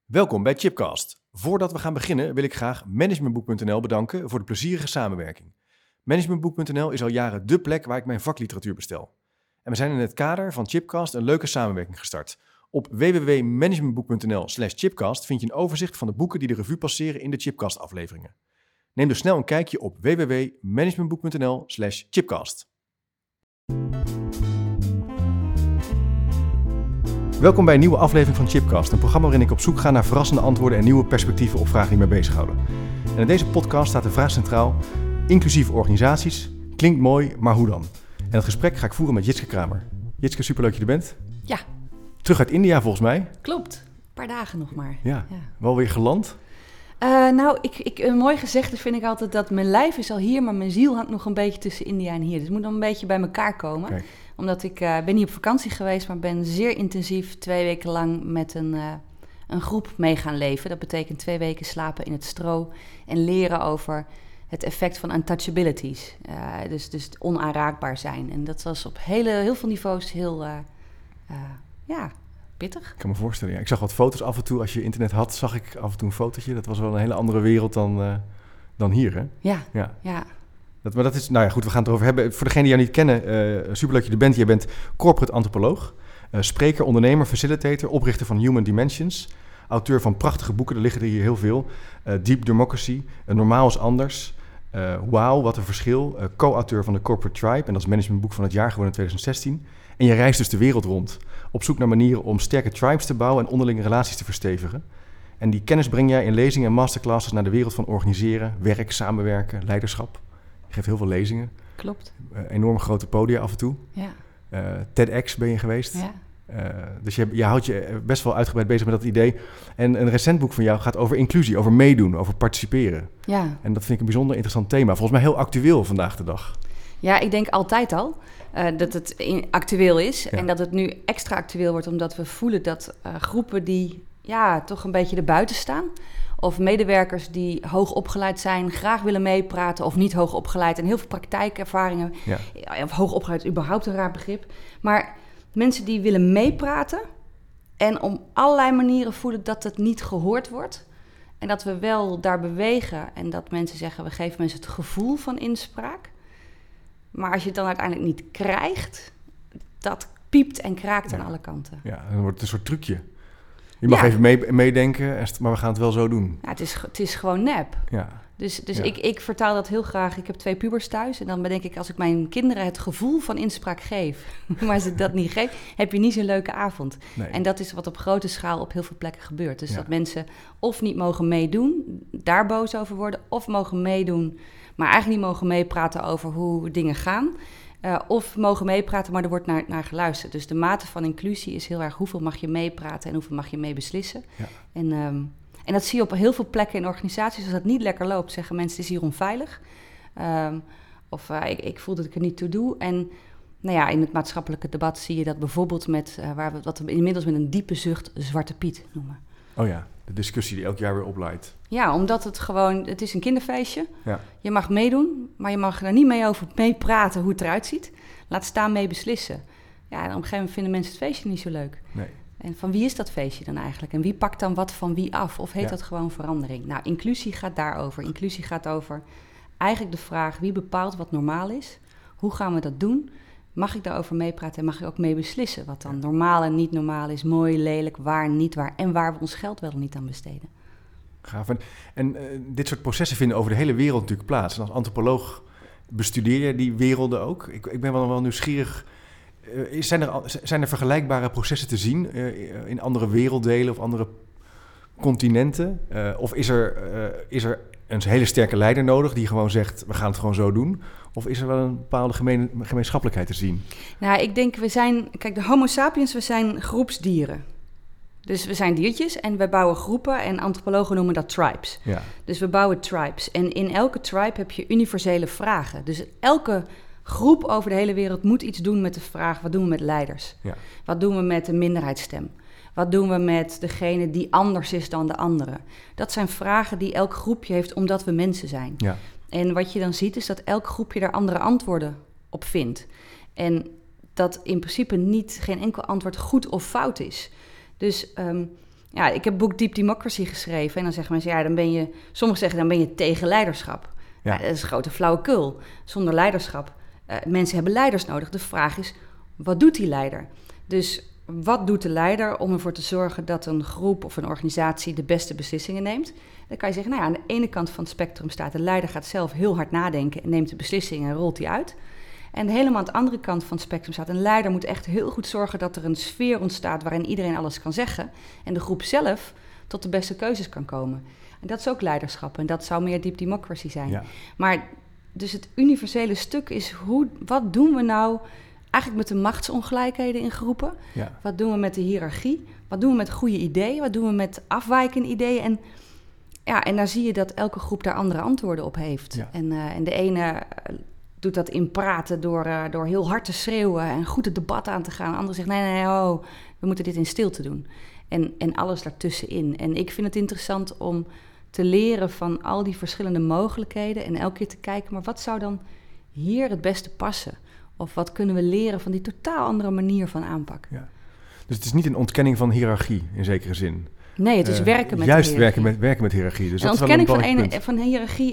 Welkom bij Chipcast. Voordat we gaan beginnen wil ik graag Managementboek.nl bedanken voor de plezierige samenwerking. Managementboek.nl is al jaren dé plek waar ik mijn vakliteratuur bestel. En we zijn in het kader van Chipcast een leuke samenwerking gestart. Op www.managementboek.nl/chipcast vind je een overzicht van de boeken die de revue passeren in de Chipcast afleveringen. Neem dus snel een kijkje op www.managementboek.nl/chipcast. Welkom bij een nieuwe aflevering van Chipcast, een programma waarin ik op zoek ga naar verrassende antwoorden en nieuwe perspectieven op vragen die mij bezighouden. En in deze podcast staat de vraag centraal: inclusieve organisaties, klinkt mooi, maar hoe dan? En het gesprek ga ik voeren met Jitske Kramer. Jitske, superleuk dat je er bent. Ja. Terug uit India volgens mij. Klopt, een paar dagen nog maar. Ja. Wel weer geland? Een mooi gezegde vind ik altijd dat mijn lijf is al hier, maar mijn ziel hangt nog een beetje tussen India en hier. Dus het moet dan een beetje bij elkaar komen. Kijk. Omdat ik ben niet op vakantie geweest, maar ben zeer intensief 2 weken lang met een groep mee gaan leven. Dat betekent 2 weken slapen in het stro en leren over het effect van untouchabilities. Dus het onaanraakbaar zijn. En dat was op heel veel niveaus heel pittig. Ik kan me voorstellen, ja. Ik zag wat foto's af en toe. Als je internet had, zag ik af en toe een fotootje. Dat was wel een hele andere wereld dan hier, hè? Ja. Maar dat is, nou ja, goed, we gaan het erover hebben. Voor degenen die jou niet kennen, superleuk dat je er bent. Jij bent corporate antropoloog, spreker, ondernemer, facilitator, oprichter van Human Dimensions, auteur van prachtige boeken, er liggen er hier heel veel. Deep Democracy, Normaal is Anders, Wauw, wat een verschil. Co-auteur van de Corporate Tribe, en dat is managementboek van het jaar geworden in 2016. En je reist dus de wereld rond, op zoek naar manieren om sterke tribes te bouwen en onderlinge relaties te verstevigen. En die kennis breng jij in lezingen en masterclasses naar de wereld van organiseren, werk, samenwerken, leiderschap. Je geeft heel veel lezingen. Klopt. Enorm grote podia af en toe. Ja. TEDx ben je geweest. Ja. Dus je houdt je best wel uitgebreid bezig met dat idee. En een recent boek van jou gaat over inclusie, over meedoen, over participeren. Ja. En dat vind ik een bijzonder interessant thema. Volgens mij heel actueel vandaag de dag. Ja, ik denk altijd al dat het actueel is. Ja. En dat het nu extra actueel wordt omdat we voelen dat groepen die toch een beetje erbuiten staan, of medewerkers die hoog opgeleid zijn, graag willen meepraten, of niet hoog opgeleid en heel veel praktijkervaringen. Ja, of hoog opgeleid is überhaupt een raar begrip. Maar mensen die willen meepraten en om allerlei manieren voelen dat het niet gehoord wordt. En dat we wel daar bewegen en dat mensen zeggen, we geven mensen het gevoel van inspraak. Maar als je het dan uiteindelijk niet krijgt, dat piept en kraakt aan alle kanten. Ja, dan wordt het een soort trucje. Je mag even meedenken, maar we gaan het wel zo doen. Ja, het is gewoon nep. Ja. Dus ik vertaal dat heel graag. Ik heb 2 pubers thuis. En dan bedenk ik, als ik mijn kinderen het gevoel van inspraak geef, maar ze dat niet geeft, heb je niet zo'n leuke avond. Nee. En dat is wat op grote schaal op heel veel plekken gebeurt. Dus dat mensen of niet mogen meedoen, daar boos over worden, of mogen meedoen, maar eigenlijk niet mogen meepraten over hoe dingen gaan. Of mogen meepraten, maar er wordt naar geluisterd. Dus de mate van inclusie is heel erg hoeveel mag je meepraten en hoeveel mag je meebeslissen. Ja. En dat zie je op heel veel plekken in organisaties. Als dat niet lekker loopt, zeggen mensen, het is hier onveilig. Ik voel dat ik er niet toe doe. En in het maatschappelijke debat zie je dat bijvoorbeeld met wat we inmiddels met een diepe zucht Zwarte Piet noemen. Oh ja, de discussie die elk jaar weer opleidt. Ja, omdat het is een kinderfeestje. Ja. Je mag meedoen, maar je mag er niet mee praten hoe het eruit ziet. Laat staan mee beslissen. Ja, en op een gegeven moment vinden mensen het feestje niet zo leuk. Nee. En van wie is dat feestje dan eigenlijk? En wie pakt dan wat van wie af? Of heet dat gewoon verandering? Nou, inclusie gaat daarover. Inclusie gaat over eigenlijk de vraag, wie bepaalt wat normaal is? Hoe gaan we dat doen? Mag ik daarover meepraten en mag ik ook mee beslissen wat dan normaal en niet normaal is, mooi, lelijk, waar, niet waar en waar we ons geld wel niet aan besteden. Gaaf. En dit soort processen vinden over de hele wereld natuurlijk plaats. En als antropoloog bestudeer je die werelden ook. Ik ben wel nieuwsgierig. Zijn er vergelijkbare processen te zien in andere werelddelen of andere continenten? Of is er een hele sterke leider nodig die gewoon zegt, we gaan het gewoon zo doen? Of is er wel een bepaalde gemeenschappelijkheid te zien? Nou, ik denk de homo sapiens, we zijn groepsdieren. Dus we zijn diertjes en we bouwen groepen en antropologen noemen dat tribes. Ja. Dus we bouwen tribes. En in elke tribe heb je universele vragen. Dus elke groep over de hele wereld moet iets doen met de vraag, wat doen we met leiders? Ja. Wat doen we met de minderheidsstem? Wat doen we met degene die anders is dan de andere? Dat zijn vragen die elk groepje heeft omdat we mensen zijn. Ja. En wat je dan ziet is dat elk groepje daar andere antwoorden op vindt. En dat in principe geen enkel antwoord goed of fout is. Dus ik heb het boek Deep Democracy geschreven. En dan zeggen mensen, sommigen zeggen dan ben je tegen leiderschap. Ja. Dat is een grote flauwekul. Zonder leiderschap. Mensen hebben leiders nodig. De vraag is, wat doet die leider? Dus wat doet de leider om ervoor te zorgen dat een groep of een organisatie de beste beslissingen neemt? Dan kan je zeggen, aan de ene kant van het spectrum staat de leider gaat zelf heel hard nadenken en neemt de beslissingen en rolt die uit. En helemaal aan de andere kant van het spectrum staat een leider moet echt heel goed zorgen dat er een sfeer ontstaat waarin iedereen alles kan zeggen en de groep zelf tot de beste keuzes kan komen. En dat is ook leiderschap en dat zou meer deep democracy zijn. Ja. Maar dus het universele stuk is wat doen we nou eigenlijk met de machtsongelijkheden in groepen? Ja. Wat doen we met de hiërarchie? Wat doen we met goede ideeën? Wat doen we met afwijkende ideeën? En daar zie je dat elke groep daar andere antwoorden op heeft. Ja. En de ene doet dat in praten door heel hard te schreeuwen en goed het debat aan te gaan. De andere zegt, nee, we moeten dit in stilte doen. En alles daartussenin. En ik vind het interessant om te leren van al die verschillende mogelijkheden en elke keer te kijken, maar wat zou dan hier het beste passen? Of wat kunnen we leren van die totaal andere manier van aanpak? Ja. Dus het is niet een ontkenning van hiërarchie in zekere zin. Nee, het is werken met juist hiërarchie. werken met hiërarchie. Dus de ontkenning van hiërarchie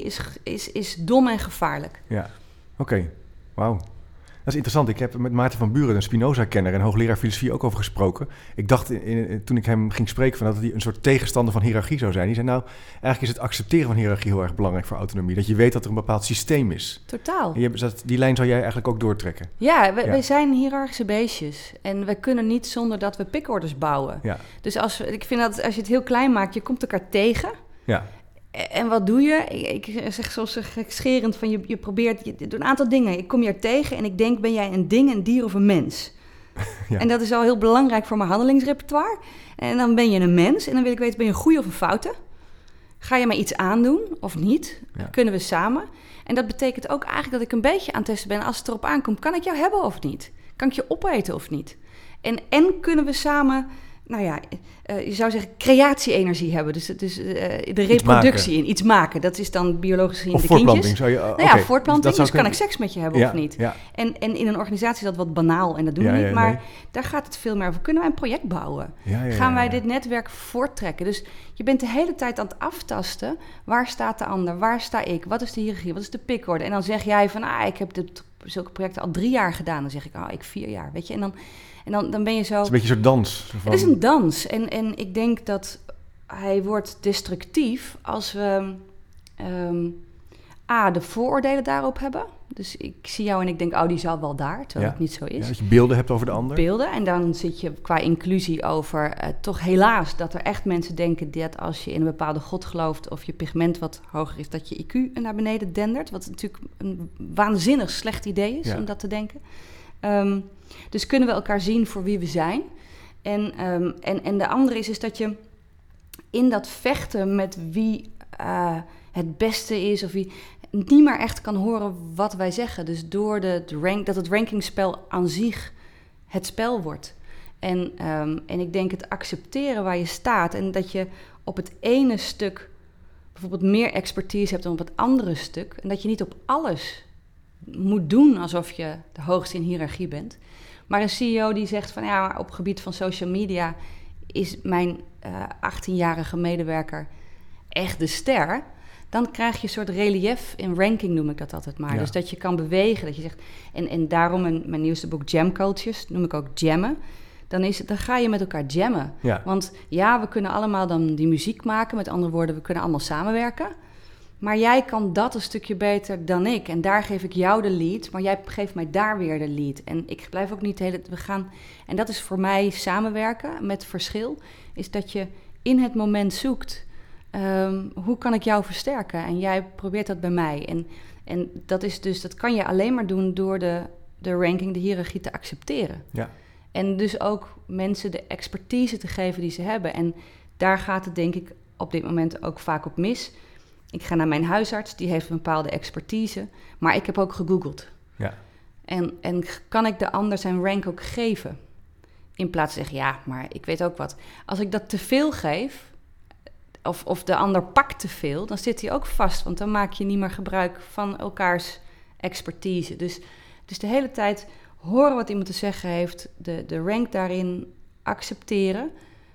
is dom en gevaarlijk. Ja, oké. Wauw. Dat is interessant. Ik heb met Maarten van Buren, een Spinoza-kenner en hoogleraar filosofie, ook over gesproken. Ik dacht toen ik hem ging spreken dat hij een soort tegenstander van hiërarchie zou zijn. Die zei, eigenlijk is het accepteren van hiërarchie heel erg belangrijk voor autonomie. Dat je weet dat er een bepaald systeem is. Totaal. En die lijn zou jij eigenlijk ook doortrekken. Ja, wij zijn hiërarchische beestjes. En we kunnen niet zonder dat we pikorders bouwen. Ja. Dus ik vind dat als je het heel klein maakt, je komt elkaar tegen. Ja. En wat doe je? Ik zeg zo scherend van je probeert je doet een aantal dingen. Ik kom je er tegen en ik denk, ben jij een ding, een dier of een mens? Ja. En dat is al heel belangrijk voor mijn handelingsrepertoire. En dan ben je een mens en dan wil ik weten, ben je een goeie of een foute? Ga je mij iets aandoen of niet? Ja. Kunnen we samen? En dat betekent ook eigenlijk dat ik een beetje aan het testen ben. Als het erop aankomt, kan ik jou hebben of niet? Kan ik je opeten of niet? En kunnen we samen, je zou zeggen creatie-energie hebben. Dus de reproductie in iets maken. Dat is dan biologisch gezien de kindjes. Voortplanting. Dus kan ik seks met je hebben of niet? Ja. En in een organisatie is dat wat banaal en dat doen we niet. Maar daar gaat het veel meer over. Kunnen wij een project bouwen? Gaan wij dit netwerk voorttrekken? Dus je bent de hele tijd aan het aftasten. Waar staat de ander? Waar sta ik? Wat is de hiërarchie? Wat is de pikorde? En dan zeg jij van, ik heb zulke projecten al 3 jaar gedaan. Dan zeg ik, ik 4 jaar. Weet je? En dan ben je zo. Het is een beetje een soort dans. Het is een dans. En ik denk dat hij wordt destructief als we de vooroordelen daarop hebben. Dus ik zie jou en ik denk, die zal wel daar, terwijl het niet zo is. Ja, dat je beelden hebt over de ander. Beelden. En dan zit je qua inclusie over toch helaas dat er echt mensen denken dat als je in een bepaalde god gelooft of je pigment wat hoger is, dat je IQ naar beneden dendert. Wat natuurlijk een waanzinnig slecht idee is om dat te denken. Dus kunnen we elkaar zien voor wie we zijn. En de andere is dat je in dat vechten met wie het beste is of wie niet meer echt kan horen wat wij zeggen. Dus door dat het rankingspel aan zich het spel wordt. En ik denk het accepteren waar je staat en dat je op het ene stuk bijvoorbeeld meer expertise hebt dan op het andere stuk. En dat je niet op alles moet doen alsof je de hoogste in hiërarchie bent. Maar een CEO die zegt van maar op het gebied van social media is mijn 18-jarige medewerker echt de ster. Dan krijg je een soort relief in ranking, noem ik dat altijd maar. Ja. Dus dat je kan bewegen, dat je zegt. En daarom mijn nieuwste boek Jam Cultures, noem ik ook jammen. Dan ga je met elkaar jammen. Ja. Want we kunnen allemaal dan die muziek maken. Met andere woorden, we kunnen allemaal samenwerken. Maar jij kan dat een stukje beter dan ik. En daar geef ik jou de lead, maar jij geeft mij daar weer de lead. En ik blijf ook niet en dat is voor mij samenwerken met verschil. Is dat je in het moment zoekt, hoe kan ik jou versterken? En jij probeert dat bij mij. En dat is dus, dat kan je alleen maar doen door de ranking, de hiërarchie te accepteren. Ja. En dus ook mensen de expertise te geven die ze hebben. En daar gaat het denk ik op dit moment ook vaak op mis. Ik ga naar mijn huisarts, die heeft een bepaalde expertise. Maar ik heb ook gegoogeld. Ja. En kan ik de ander zijn rank ook geven? In plaats van zeggen, maar ik weet ook wat. Als ik dat te veel geef, of de ander pakt te veel, dan zit hij ook vast. Want dan maak je niet meer gebruik van elkaars expertise. Dus de hele tijd horen wat iemand te zeggen heeft, de rank daarin accepteren.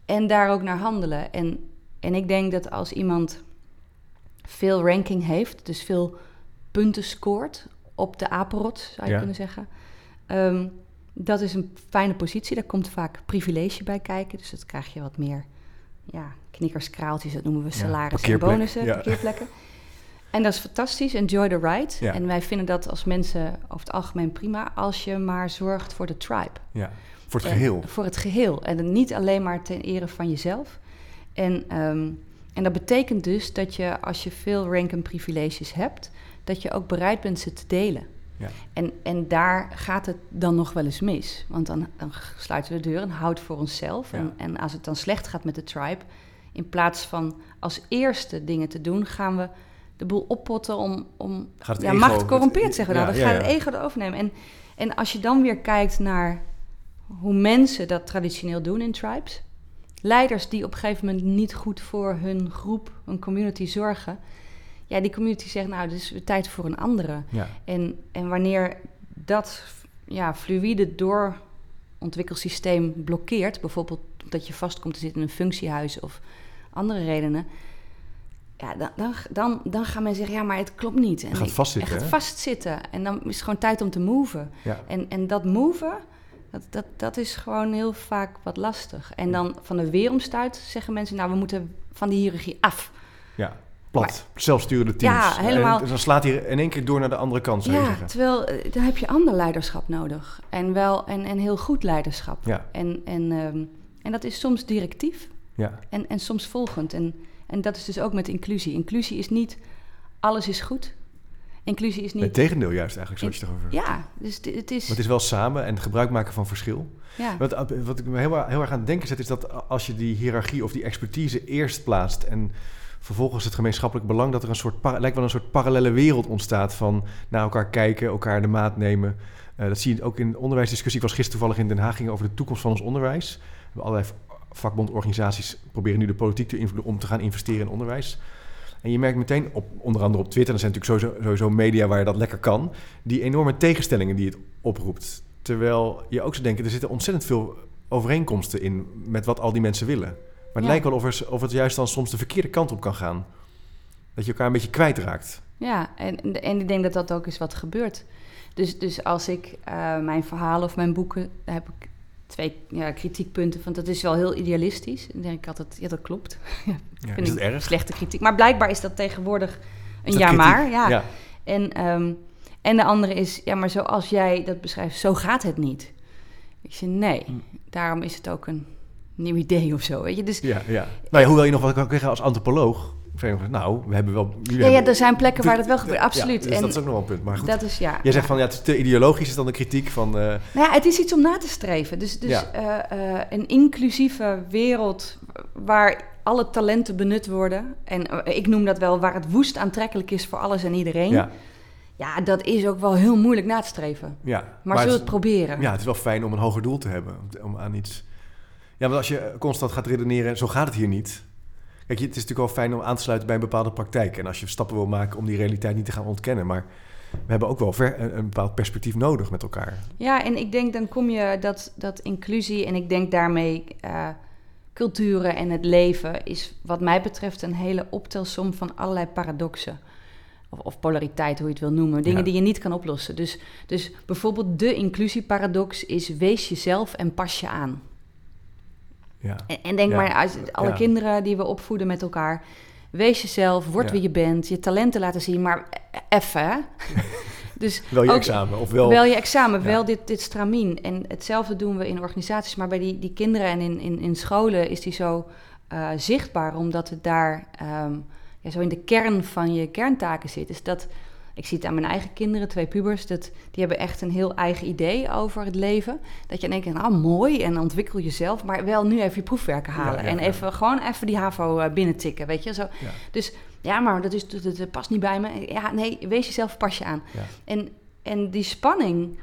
En daar ook naar handelen. En ik denk dat als iemand veel ranking heeft, dus veel punten scoort op de apenrot, zou je kunnen zeggen. Dat is een fijne positie. Daar komt vaak privilege bij kijken. Dus dat krijg je wat meer knikkers, kraaltjes, dat noemen we salaris en bonussen, parkeerplekken. En dat is fantastisch, enjoy the ride. Ja. En wij vinden dat als mensen over het algemeen prima, als je maar zorgt voor de tribe. Ja, voor het geheel. Voor het geheel. En niet alleen maar ten ere van jezelf. En dat betekent dus dat je, als je veel rank en privileges hebt, dat je ook bereid bent ze te delen. Ja. En daar gaat het dan nog wel eens mis. Want dan sluiten we de deur en houden voor onszelf. Ja. En als het dan slecht gaat met de tribe, in plaats van als eerste dingen te doen, gaan we de boel oppotten om macht corrompeert, zeggen we dan. Dan gaat het ego erover nemen. En als je dan weer kijkt naar hoe mensen dat traditioneel doen in tribes, leiders die op een gegeven moment niet goed voor hun groep, hun community zorgen, die community zegt, nou, het is tijd voor een andere. Ja. En wanneer dat fluïde doorontwikkelsysteem blokkeert, bijvoorbeeld dat je vast komt te zitten in een functiehuis of andere redenen, dan gaan mensen zeggen, maar het klopt niet. Het gaat vastzitten. Het gaat vastzitten. En dan is het gewoon tijd om te moven. Ja. En dat moven, dat is gewoon heel vaak wat lastig. En dan van de weeromstuit zeggen mensen, nou, we moeten van die hiërarchie af. Ja. Plat, zelfsturende teams. Ja, helemaal. Dus dan slaat hij in één keer door naar de andere kant, zou je zeggen. Terwijl dan heb je ander leiderschap nodig. En heel goed leiderschap. Ja. En dat is soms directief. Ja. En soms volgend. En dat is dus ook met inclusie. Inclusie is niet, alles is goed. Inclusie is niet... Het tegendeel juist eigenlijk, zoals je het over... Ja, dus het is... Maar het is wel samen en gebruik maken van verschil. Ja. Wat ik me heel erg aan het denken zet, is dat als je die hiërarchie of die expertise eerst plaatst en vervolgens het gemeenschappelijk belang, dat er lijkt wel een soort parallele wereld ontstaat van naar elkaar kijken, elkaar de maat nemen. Dat zie je ook in de onderwijsdiscussie. Ik was gisteren toevallig in Den Haag, ging over de toekomst van ons onderwijs. We hebben allerlei vakbondorganisaties proberen nu de politiek te invloeden om te gaan investeren in onderwijs. En je merkt meteen, onder andere op Twitter, en er zijn natuurlijk sowieso media waar je dat lekker kan, die enorme tegenstellingen die het oproept. Terwijl je ook zou denken, er zitten ontzettend veel overeenkomsten in met wat al die mensen willen. Maar het lijkt wel of het juist dan soms de verkeerde kant op kan gaan. Dat je elkaar een beetje kwijtraakt. Ja, en ik denk dat dat ook is wat gebeurt. Dus als ik mijn verhalen of mijn boeken, daar heb ik 2 kritiekpunten. Want dat is wel heel idealistisch. Dan denk ik altijd, dat klopt. Is het erg? Slechte kritiek. Maar blijkbaar is dat tegenwoordig een ja maar. Ja. En de andere is, maar zoals jij dat beschrijft, zo gaat het niet. Ik zeg, nee, daarom is het ook een nieuw idee of zo, weet je. Dus, Nou hoewel je nog wat kan zeggen als antropoloog. Nou, we hebben wel... er zijn plekken waar dat wel gebeurt, absoluut. Ja, dus dat is ook nog wel een punt. Maar goed, dat is, jij zegt van, het is te ideologisch, is dan de kritiek van... Nou ja, het is iets om na te streven. Dus een inclusieve wereld waar alle talenten benut worden. En ik noem dat wel waar het woest aantrekkelijk is voor alles en iedereen. Ja, dat is ook wel heel moeilijk na te streven. Ja, maar zullen we het proberen? Ja, het is wel fijn om een hoger doel te hebben. Om aan iets... Ja, want als je constant gaat redeneren, zo gaat het hier niet. Kijk, het is natuurlijk wel fijn om aan te sluiten bij een bepaalde praktijk. En als je stappen wil maken om die realiteit niet te gaan ontkennen. Maar we hebben ook wel een bepaald perspectief nodig met elkaar. Ja, en ik denk dan kom je dat inclusie en ik denk daarmee culturen en het leven is wat mij betreft een hele optelsom van allerlei paradoxen. Of polariteit, hoe je het wil noemen. Dingen die je niet kan oplossen. Dus bijvoorbeeld de inclusieparadox is wees jezelf en pas je aan. Ja. En denk maar aan alle kinderen die we opvoeden met elkaar. Wees jezelf, word wie je bent, je talenten laten zien, maar even, hè? Dus wel je examen. Of wel je examen, wel dit stramien. En hetzelfde doen we in organisaties, maar bij die kinderen en in scholen is die zo zichtbaar, omdat het daar zo in de kern van je kerntaken zit. Dus dat, ik zie het aan mijn eigen kinderen, 2 pubers, die hebben echt een heel eigen idee over het leven. Dat je denkt, nou mooi, en ontwikkel jezelf, maar wel nu even je proefwerken halen. En even die HAVO binnentikken, weet je. Zo. Ja. Dus maar dat past niet bij me. Ja, nee, wees jezelf, pas je aan. Ja. En die spanning,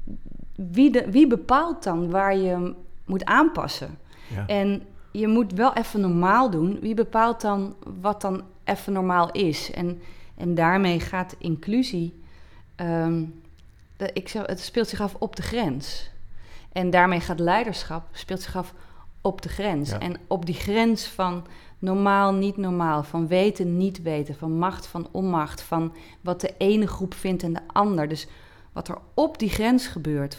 wie bepaalt dan waar je moet aanpassen? Ja. En je moet wel even normaal doen. Wie bepaalt dan wat dan even normaal is? En daarmee gaat inclusie, het speelt zich af op de grens. En daarmee gaat leiderschap, speelt zich af op de grens. Ja. En op die grens van normaal, niet normaal, van weten, niet weten, van macht, van onmacht, van wat de ene groep vindt en de ander. Dus wat er op die grens gebeurt,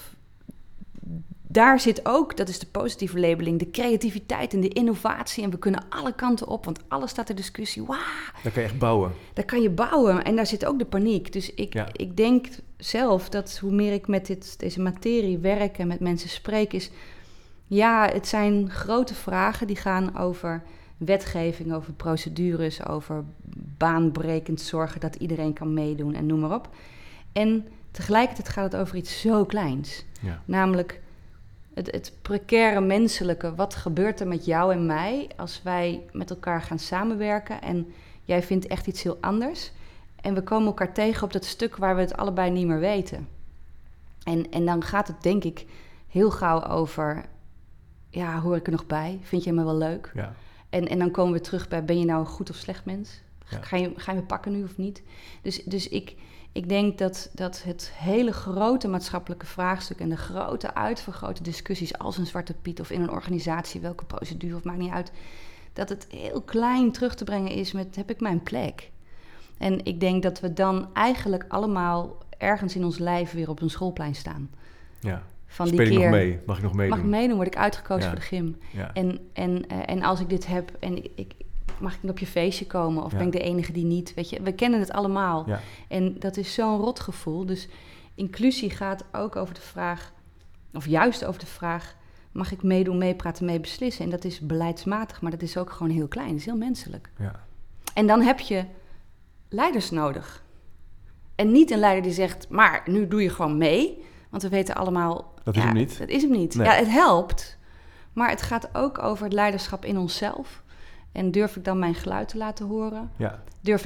daar zit ook, dat is de positieve labeling, de creativiteit en de innovatie. En we kunnen alle kanten op, want alles staat ter discussie. Wauw! Daar kan je echt bouwen. Daar kan je bouwen en daar zit ook de paniek. Dus ik denk zelf dat hoe meer ik met deze materie werk en met mensen spreek, is ja, het zijn grote vragen die gaan over wetgeving, over procedures, over baanbrekend zorgen dat iedereen kan meedoen en noem maar op. En tegelijkertijd gaat het over iets zo kleins. Ja. Namelijk het precaire menselijke. Wat gebeurt er met jou en mij als wij met elkaar gaan samenwerken en jij vindt echt iets heel anders en we komen elkaar tegen op dat stuk waar we het allebei niet meer weten. En dan gaat het denk ik heel gauw over, ja, hoor ik er nog bij? Vind je me wel leuk? Ja. En dan komen we terug bij, ben je nou een goed of slecht mens? Ja. Ga je me pakken nu of niet? Dus ik denk dat het hele grote maatschappelijke vraagstuk en de grote uitvergrote discussies als een Zwarte Piet of in een organisatie, welke procedure, of maakt niet uit, dat het heel klein terug te brengen is met, heb ik mijn plek? En ik denk dat we dan eigenlijk allemaal ergens in ons lijf weer op een schoolplein staan. Ja. Van Speel die ik keer, nog mee? Mag ik nog meedoen? mag ik meedoen? Word ik uitgekozen voor de gym? Ja. En als ik dit heb en ik mag ik op je feestje komen? Of ben ik de enige die niet? Weet je, we kennen het allemaal. Ja. En dat is zo'n rotgevoel. Dus inclusie gaat ook over de vraag, of juist over de vraag, mag ik meedoen, meepraten, mee beslissen? En dat is beleidsmatig, maar dat is ook gewoon heel klein. Dat is heel menselijk. Ja. En dan heb je leiders nodig. En niet een leider die zegt, maar nu doe je gewoon mee. Want we weten allemaal, Dat is hem niet. Dat is hem niet. Nee. Ja, het helpt. Maar het gaat ook over het leiderschap in onszelf. En durf ik dan mijn geluid te laten horen? Ja.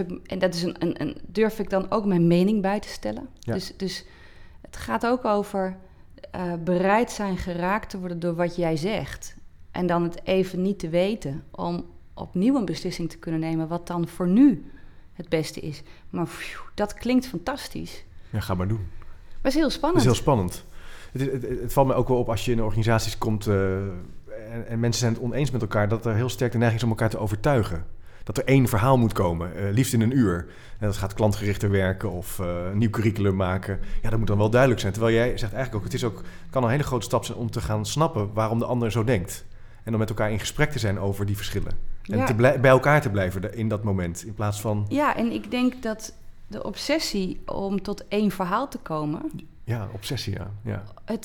Durf ik dan ook mijn mening bij te stellen? Ja. Dus het gaat ook over bereid zijn geraakt te worden door wat jij zegt. En dan het even niet te weten om opnieuw een beslissing te kunnen nemen wat dan voor nu het beste is. Maar dat klinkt fantastisch. Ja, ga maar doen. Maar het is heel spannend. Dat is heel spannend. Het valt me ook wel op als je in organisaties komt en mensen zijn het oneens met elkaar, dat er heel sterk de neiging is om elkaar te overtuigen. Dat er één verhaal moet komen, liefst in een uur. En dat gaat klantgerichter werken of een nieuw curriculum maken. Ja, dat moet dan wel duidelijk zijn. Terwijl jij zegt eigenlijk ook, het kan een hele grote stap zijn om te gaan snappen waarom de ander zo denkt. En om met elkaar in gesprek te zijn over die verschillen. En bij elkaar te blijven in dat moment, in plaats van... Ja, en ik denk dat de obsessie om tot één verhaal te komen... Ja, obsessie, ja.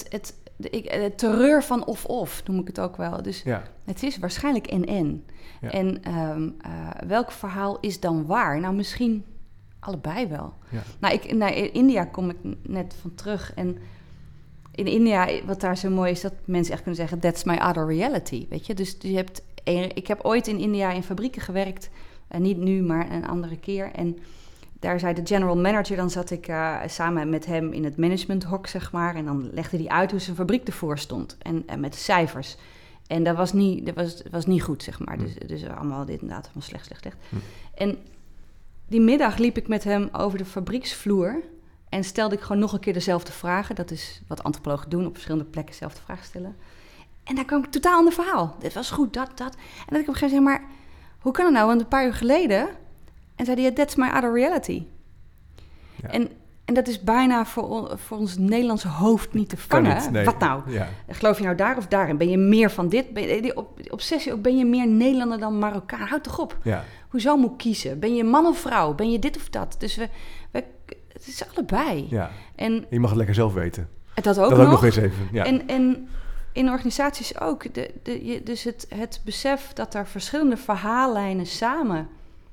Het terreur van of noem ik het ook wel. Dus het is waarschijnlijk en. Ja. En welk verhaal is dan waar? Nou, misschien allebei wel. Ja. Nou, naar India kom ik net van terug. En in India, wat daar zo mooi is, dat mensen echt kunnen zeggen, that's my other reality, weet je. Dus ik heb ooit in India in fabrieken gewerkt. Niet nu, maar een andere keer. En daar zei de general manager, dan zat ik samen met hem in het managementhok, zeg maar. En dan legde hij uit hoe zijn fabriek ervoor stond. En met de cijfers. En dat was niet goed, zeg maar. Dus allemaal dit inderdaad, van slecht. En die middag liep ik met hem over de fabrieksvloer. En stelde ik gewoon nog een keer dezelfde vragen. Dat is wat antropologen doen, op verschillende plekken dezelfde vragen stellen. En daar kwam ik totaal ander verhaal. Dit was goed, dat. En dat ik op een gegeven moment zeg, maar hoe kan het nou? Want een paar uur geleden... En zei hij, that's my other reality. Ja. En dat is bijna voor ons Nederlandse hoofd niet te vangen. Niet, nee. Wat nou? Ja. Geloof je nou daar of daarin? Ben je meer van dit? Die obsessie ook, ben je meer Nederlander dan Marokkaan? Houd toch op. Ja. Hoezo moet ik kiezen? Ben je man of vrouw? Ben je dit of dat? Dus het is allebei. Ja. En je mag het lekker zelf weten. Dat ook nog eens even. Ja. En in organisaties ook. Dus het besef dat er verschillende verhaallijnen samen...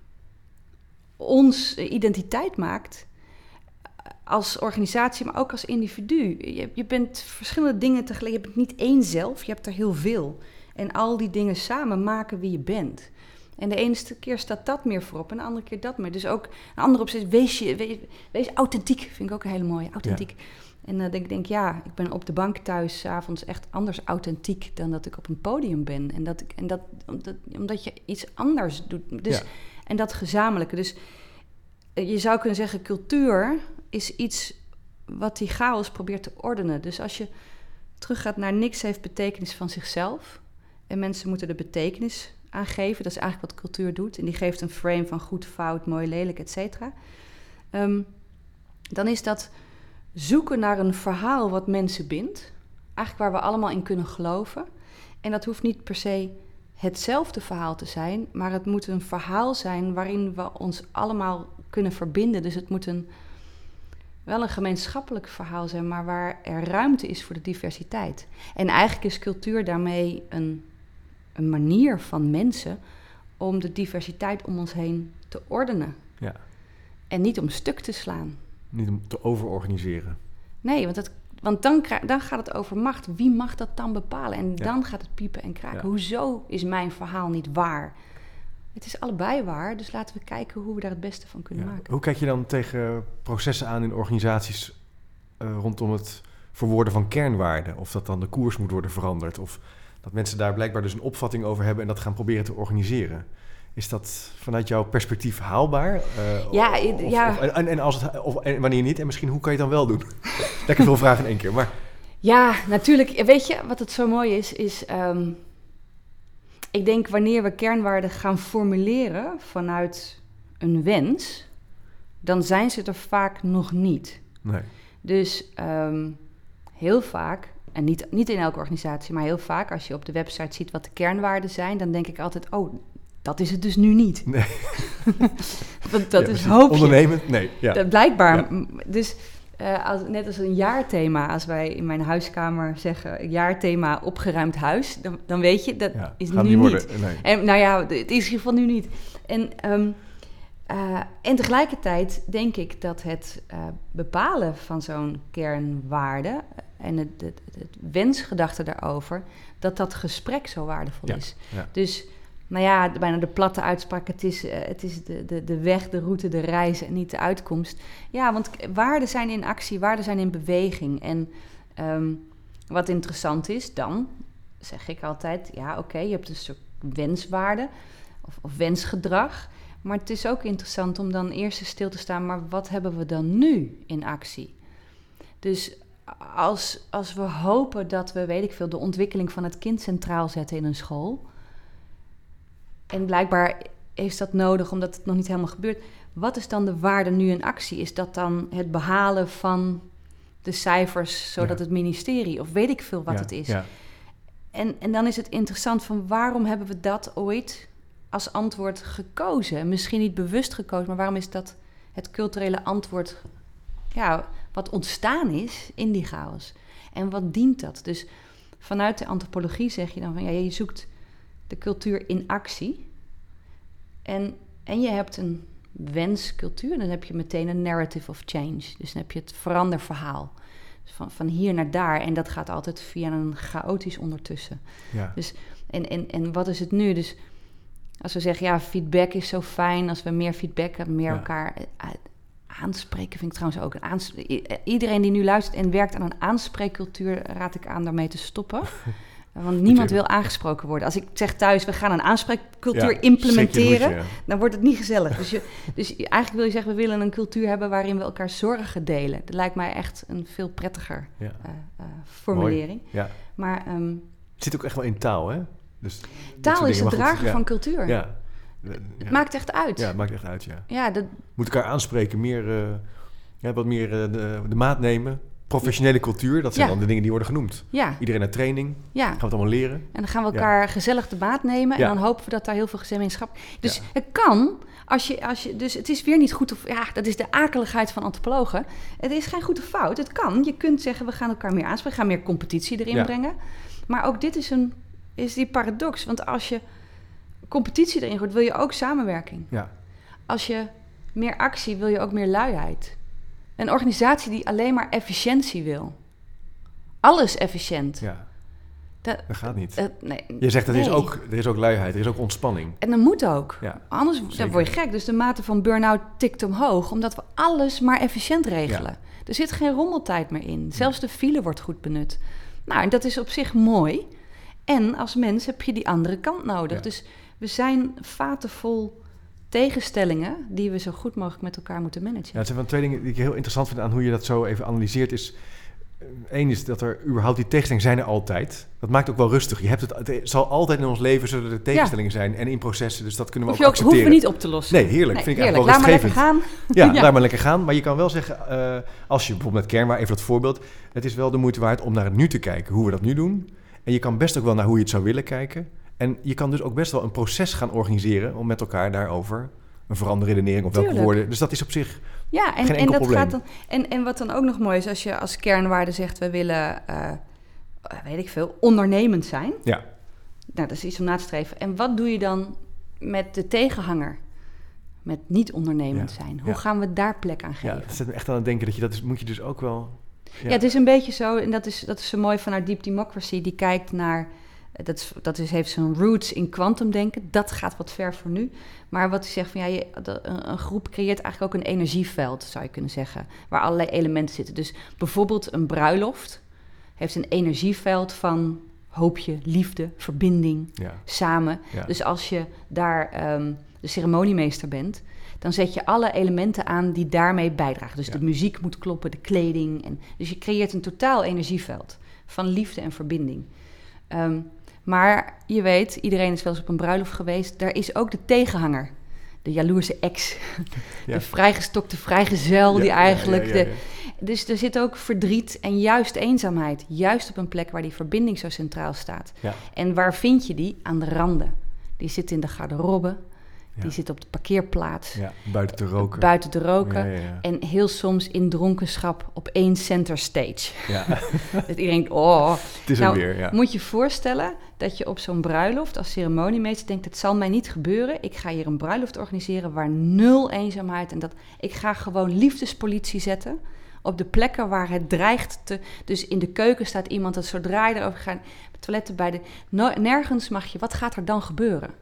ons identiteit maakt als organisatie, maar ook als individu. Je bent verschillende dingen tegelijk. Je bent niet één zelf, je hebt er heel veel. En al die dingen samen maken wie je bent. En de ene keer staat dat meer voorop en de andere keer dat meer. Dus ook een andere opzet, wees authentiek, vind ik ook een hele mooie, authentiek. Ja. En dan denk ik, ik ben op de bank thuis 's avonds echt anders authentiek dan dat ik op een podium ben. Omdat je iets anders doet. Dus, en dat gezamenlijke. Dus je zou kunnen zeggen, cultuur is iets wat die chaos probeert te ordenen. Dus als je teruggaat naar niks heeft betekenis van zichzelf En mensen moeten er betekenis aan geven. Dat is eigenlijk wat cultuur doet. En die geeft een frame van goed, fout, mooi, lelijk, et cetera. Dan is dat zoeken naar een verhaal wat mensen bindt. Eigenlijk waar we allemaal in kunnen geloven. En dat hoeft niet per se hetzelfde verhaal te zijn, maar het moet een verhaal zijn waarin we ons allemaal kunnen verbinden. Dus het moet wel een gemeenschappelijk verhaal zijn, maar waar er ruimte is voor de diversiteit. En eigenlijk is cultuur daarmee een manier van mensen om de diversiteit om ons heen te ordenen. Ja. En niet om stuk te slaan. Niet om te overorganiseren. Nee, want dan gaat het over macht. Wie mag dat dan bepalen? En dan gaat het piepen en kraken. Ja. Hoezo is mijn verhaal niet waar? Het is allebei waar, dus laten we kijken hoe we daar het beste van kunnen maken. Hoe kijk je dan tegen processen aan in organisaties rondom het verwoorden van kernwaarden? Of dat dan de koers moet worden veranderd? Of dat mensen daar blijkbaar dus een opvatting over hebben en dat gaan proberen te organiseren? Is dat vanuit jouw perspectief haalbaar? En wanneer niet? En misschien hoe kan je het dan wel doen? Lekker veel vragen in één keer, maar... Ja, natuurlijk. Weet je, wat het zo mooi is... ik denk wanneer we kernwaarden gaan formuleren vanuit een wens... dan zijn ze er vaak nog niet. Nee. Dus heel vaak... En niet in elke organisatie, maar heel vaak... als je op de website ziet wat de kernwaarden zijn... dan denk ik altijd... dat is het dus nu niet. Nee. dat is hoop je. Ondernemend? Nee. Ja. Dat blijkbaar. Ja. Dus net als een jaarthema, als wij in mijn huiskamer zeggen... jaarthema opgeruimd huis, dan weet je, dat is nu niet. Nee. En nou ja, het is in ieder geval nu niet. En tegelijkertijd denk ik dat het bepalen van zo'n kernwaarde... en het wensgedachte daarover, dat gesprek zo waardevol is. Ja. Dus... Nou ja, bijna de platte uitspraak, het is de weg, de route, de reis en niet de uitkomst. Ja, want waarden zijn in actie, waarden zijn in beweging. En wat interessant is, dan zeg ik altijd... ja, oké, je hebt een soort wenswaarde of wensgedrag. Maar het is ook interessant om dan eerst eens stil te staan... maar wat hebben we dan nu in actie? Dus als we hopen dat we, weet ik veel... de ontwikkeling van het kind centraal zetten in een school... En blijkbaar is dat nodig, omdat het nog niet helemaal gebeurt. Wat is dan de waarde nu in actie? Is dat dan het behalen van de cijfers, zodat het ministerie... of weet ik veel wat het is. Ja. En dan is het interessant van waarom hebben we dat ooit als antwoord gekozen? Misschien niet bewust gekozen, maar waarom is dat het culturele antwoord... wat ontstaan is in die chaos? En wat dient dat? Dus vanuit de antropologie zeg je dan van... je zoekt... de cultuur in actie. En je hebt een wenscultuur. Dan heb je meteen een narrative of change. Dus dan heb je het veranderverhaal. Dus van hier naar daar. En dat gaat altijd via een chaotisch ondertussen. Ja. Dus, en wat is het nu? Dus als we zeggen, feedback is zo fijn. Als we meer feedback hebben, meer elkaar aanspreken... vind ik trouwens ook iedereen die nu luistert en werkt aan een aanspreekcultuur... raad ik aan daarmee te stoppen... Want niemand wil aangesproken worden. Als ik zeg thuis, we gaan een aanspreekcultuur implementeren... dan wordt het niet gezellig. Dus eigenlijk wil je zeggen, we willen een cultuur hebben... waarin we elkaar zorgen delen. Dat lijkt mij echt een veel prettiger formulering. Ja. Maar, het zit ook echt wel in taal, hè? Dus taal is het drager van cultuur. Ja. Het maakt echt uit. Ja, het maakt echt uit, Moet elkaar aanspreken, wat meer de maat nemen... Professionele cultuur, dat zijn dan de dingen die worden genoemd. Ja. Iedereen naar training, gaan we het allemaal leren. En dan gaan we elkaar gezellig de maat nemen... en dan hopen we dat daar heel veel gemeenschap... Dus het kan, als je... Dus het is weer niet goed of... Ja, dat is de akeligheid van antropologen. Het is geen goed of fout, het kan. Je kunt zeggen, we gaan elkaar meer aanspreken... gaan meer competitie erin brengen. Maar ook dit is die paradox. Want als je competitie erin gooit, wil je ook samenwerking. Ja. Als je meer actie, wil je ook meer luiheid. Een organisatie die alleen maar efficiëntie wil. Alles efficiënt. Ja, dat gaat niet. Nee. Je zegt, er is ook luiheid, er is ook ontspanning. En dat moet ook. Ja, anders dan word je gek. Dus de mate van burn-out tikt omhoog... omdat we alles maar efficiënt regelen. Ja. Er zit geen rommeltijd meer in. Zelfs de file wordt goed benut. Nou, en dat is op zich mooi. En als mens heb je die andere kant nodig. Ja. Dus we zijn vaten vol... tegenstellingen die we zo goed mogelijk met elkaar moeten managen. Ja, het zijn van twee dingen die ik heel interessant vind aan hoe je dat zo even analyseert. Is Eén is dat er überhaupt die tegenstellingen zijn er altijd. Dat maakt ook wel rustig. Het zal altijd in ons leven zullen er tegenstellingen zijn en in processen. Dus dat kunnen we ook accepteren. Hoeven niet op te lossen. Nee, heerlijk. Vind ik eigenlijk wel rustgevend. Laat maar lekker gaan. Ja, laat maar lekker gaan. Maar je kan wel zeggen, als je bijvoorbeeld met kernwaarden, even dat voorbeeld. Het is wel de moeite waard om naar het nu te kijken, hoe we dat nu doen. En je kan best ook wel naar hoe je het zou willen kijken. En je kan dus ook best wel een proces gaan organiseren om met elkaar daarover een veranderende redenering of welke woorden. Dus dat is op zich geen enkel probleem. Gaat dan, en wat dan ook nog mooi is, als je als kernwaarde zegt, we willen, weet ik veel, ondernemend zijn. Ja. Nou, dat is iets om na te streven. En wat doe je dan met de tegenhanger? Met niet ondernemend zijn. Hoe gaan we daar plek aan geven? Ja, dat zet me echt aan het denken dat moet je dus ook wel. Ja, het is een beetje zo, en dat is zo mooi vanuit Deep Democracy, die kijkt naar. Heeft zijn roots in kwantumdenken. Dat gaat wat ver voor nu. Maar wat hij zegt van een groep creëert eigenlijk ook een energieveld, zou je kunnen zeggen, waar allerlei elementen zitten. Dus bijvoorbeeld een bruiloft heeft een energieveld van hoopje, liefde, verbinding, samen. Ja. Dus als je daar de ceremoniemeester bent, dan zet je alle elementen aan die daarmee bijdragen. Dus de muziek moet kloppen, de kleding. Dus je creëert een totaal energieveld van liefde en verbinding. Maar je weet, iedereen is wel eens op een bruiloft geweest. Daar is ook de tegenhanger. De jaloerse ex. Ja. De vrijgestokte vrijgezel die eigenlijk. Dus er zit ook verdriet en juist eenzaamheid. Juist op een plek waar die verbinding zo centraal staat. Ja. En waar vind je die? Aan de randen. Die zit in de garderobe. Die zit op de parkeerplaats. Ja, buiten te roken. Ja. En heel soms in dronkenschap op één center stage. Ja. Dat iedereen denkt, het is er weer, ja. Moet je je voorstellen dat je op zo'n bruiloft als ceremoniemeester denkt, het zal mij niet gebeuren. Ik ga hier een bruiloft organiseren waar 0 eenzaamheid. En ik ga gewoon liefdespolitie zetten op de plekken waar het dreigt te. Dus in de keuken staat iemand dat zodra je erover gaat, toiletten nergens mag je. Wat gaat er dan gebeuren?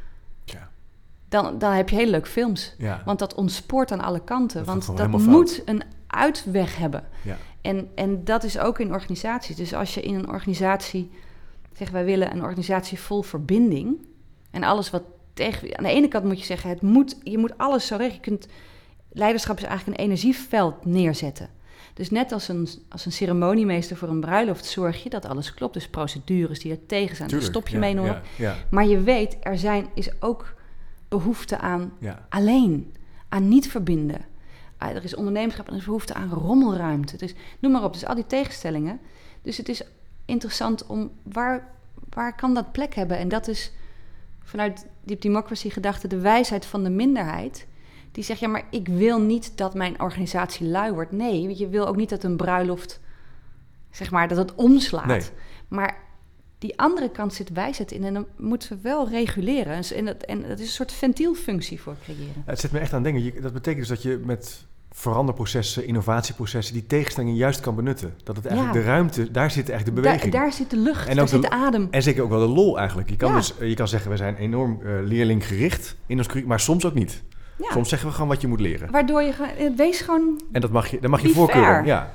Dan heb je hele leuke films. Ja. Want dat ontspoort aan alle kanten. Want dat moet een uitweg hebben. Ja. En dat is ook in organisaties. Dus als je in een organisatie zegt, wij willen een organisatie vol verbinding. En alles wat tegen. Aan de ene kant moet je zeggen, je moet alles zo regelen. Leiderschap is eigenlijk een energieveld neerzetten. Dus net als een ceremoniemeester voor een bruiloft zorg je dat alles klopt. Dus procedures die er tegen zijn. Daar stop je mee nog. Ja. Maar je weet, is ook behoefte aan alleen, aan niet verbinden. Er is ondernemerschap en er is behoefte aan rommelruimte. Dus noem maar op, dus al die tegenstellingen. Dus het is interessant om waar kan dat plek hebben? En dat is vanuit Deep Democracy gedachte de wijsheid van de minderheid. Die zegt, maar ik wil niet dat mijn organisatie lui wordt. Nee, want je wil ook niet dat een bruiloft, zeg maar, dat het omslaat. Nee. Maar die andere kant zit wijsheid in en dan moeten we wel reguleren. En dat is een soort ventielfunctie voor creëren. Ja, het zet me echt aan denken. Dat betekent dus dat je met veranderprocessen, innovatieprocessen, die tegenstellingen juist kan benutten. Dat het eigenlijk de ruimte, daar zit eigenlijk de beweging. Daar zit de lucht, en daar zit de adem. En zeker ook wel de lol eigenlijk. Je kan zeggen, we zijn enorm leerlinggericht in ons curriculum, maar soms ook niet. Ja. Soms zeggen we gewoon wat je moet leren. Waardoor je wees gewoon. En dat mag je voorkeuren. Ja.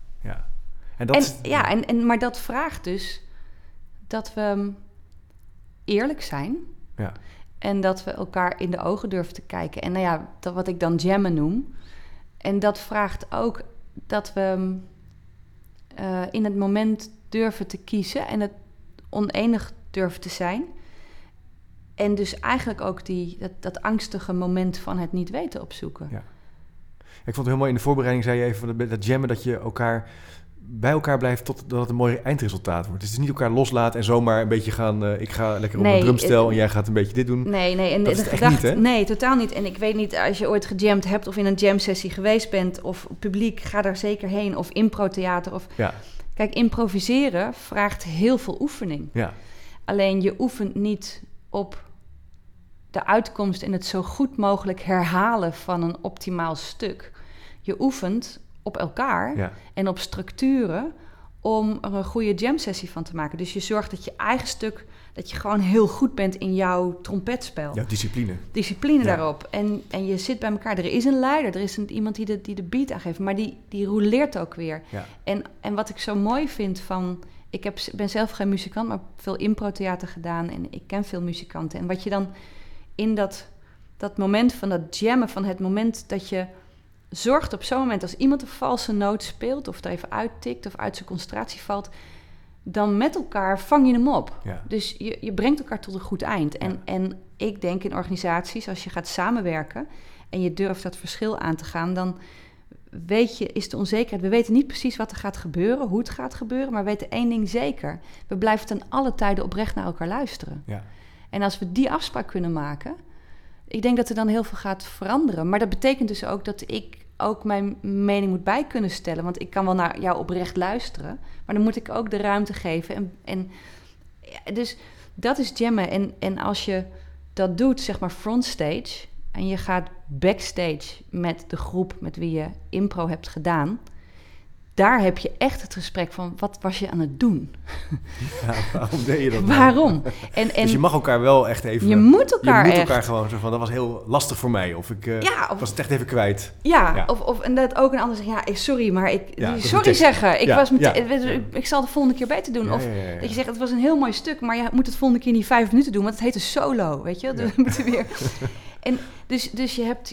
En maar dat vraagt dus dat we eerlijk zijn. Ja. En dat we elkaar in de ogen durven te kijken. En dat wat ik dan jammen noem. En dat vraagt ook dat we in het moment durven te kiezen en het onenig durven te zijn. En dus eigenlijk ook dat angstige moment van het niet weten opzoeken. Ja. Ik vond het heel mooi in de voorbereiding, zei je even van dat jammen, dat je bij elkaar blijft totdat het een mooi eindresultaat wordt. Dus het is niet elkaar loslaten en zomaar een beetje gaan. Ik ga lekker op mijn drumstel en jij gaat een beetje dit doen. Nee. En dat is echt niet, hè? Nee, totaal niet. En ik weet niet, als je ooit gejamd hebt of in een jam-sessie geweest bent of publiek, ga daar zeker heen. Of improtheater. Kijk, improviseren vraagt heel veel oefening. Ja. Alleen je oefent niet op de uitkomst en het zo goed mogelijk herhalen van een optimaal stuk. Je oefent op elkaar en op structuren om er een goede jam-sessie van te maken. Dus je zorgt dat je eigen stuk, dat je gewoon heel goed bent in jouw trompetspel. Ja, discipline daarop. En je zit bij elkaar. Er is een leider, er is iemand die de beat aangeeft, maar die rouleert ook weer. Ja. En wat ik zo mooi vind van, ben zelf geen muzikant, maar veel improtheater gedaan en ik ken veel muzikanten. En wat je dan in dat moment van dat jammen, van het moment dat je zorgt op zo'n moment, als iemand een valse noot speelt... of er even uittikt of uit zijn concentratie valt... dan met elkaar vang je hem op. Ja. Dus je brengt elkaar tot een goed eind. En ik denk in organisaties, als je gaat samenwerken... en je durft dat verschil aan te gaan... dan is de onzekerheid... we weten niet precies wat er gaat gebeuren, hoe het gaat gebeuren... maar we weten één ding zeker. We blijven ten alle tijden oprecht naar elkaar luisteren. Ja. En als we die afspraak kunnen maken... ik denk dat er dan heel veel gaat veranderen. Maar dat betekent dus ook dat ik ook mijn mening moet bij kunnen stellen. Want ik kan wel naar jou oprecht luisteren... maar dan moet ik ook de ruimte geven. Dus dat is jammen. En als je dat doet, zeg maar frontstage... en je gaat backstage met de groep met wie je impro hebt gedaan... daar heb je echt het gesprek van, wat was je aan het doen? Ja, waarom deed je dat? Waarom? Dus je mag elkaar wel echt even... Je moet elkaar gewoon zo van, dat was heel lastig voor mij. Of ik was het echt even kwijt. Ja. Of en dat ook een ander zegt, sorry, maar sorry zeggen. Ik zal het de volgende keer beter doen. Ja, of ja. dat je zegt, het was een heel mooi stuk, maar je moet het volgende keer niet 5 minuten doen, want het heet een solo, weet je? Dus we moeten weer... En dus je hebt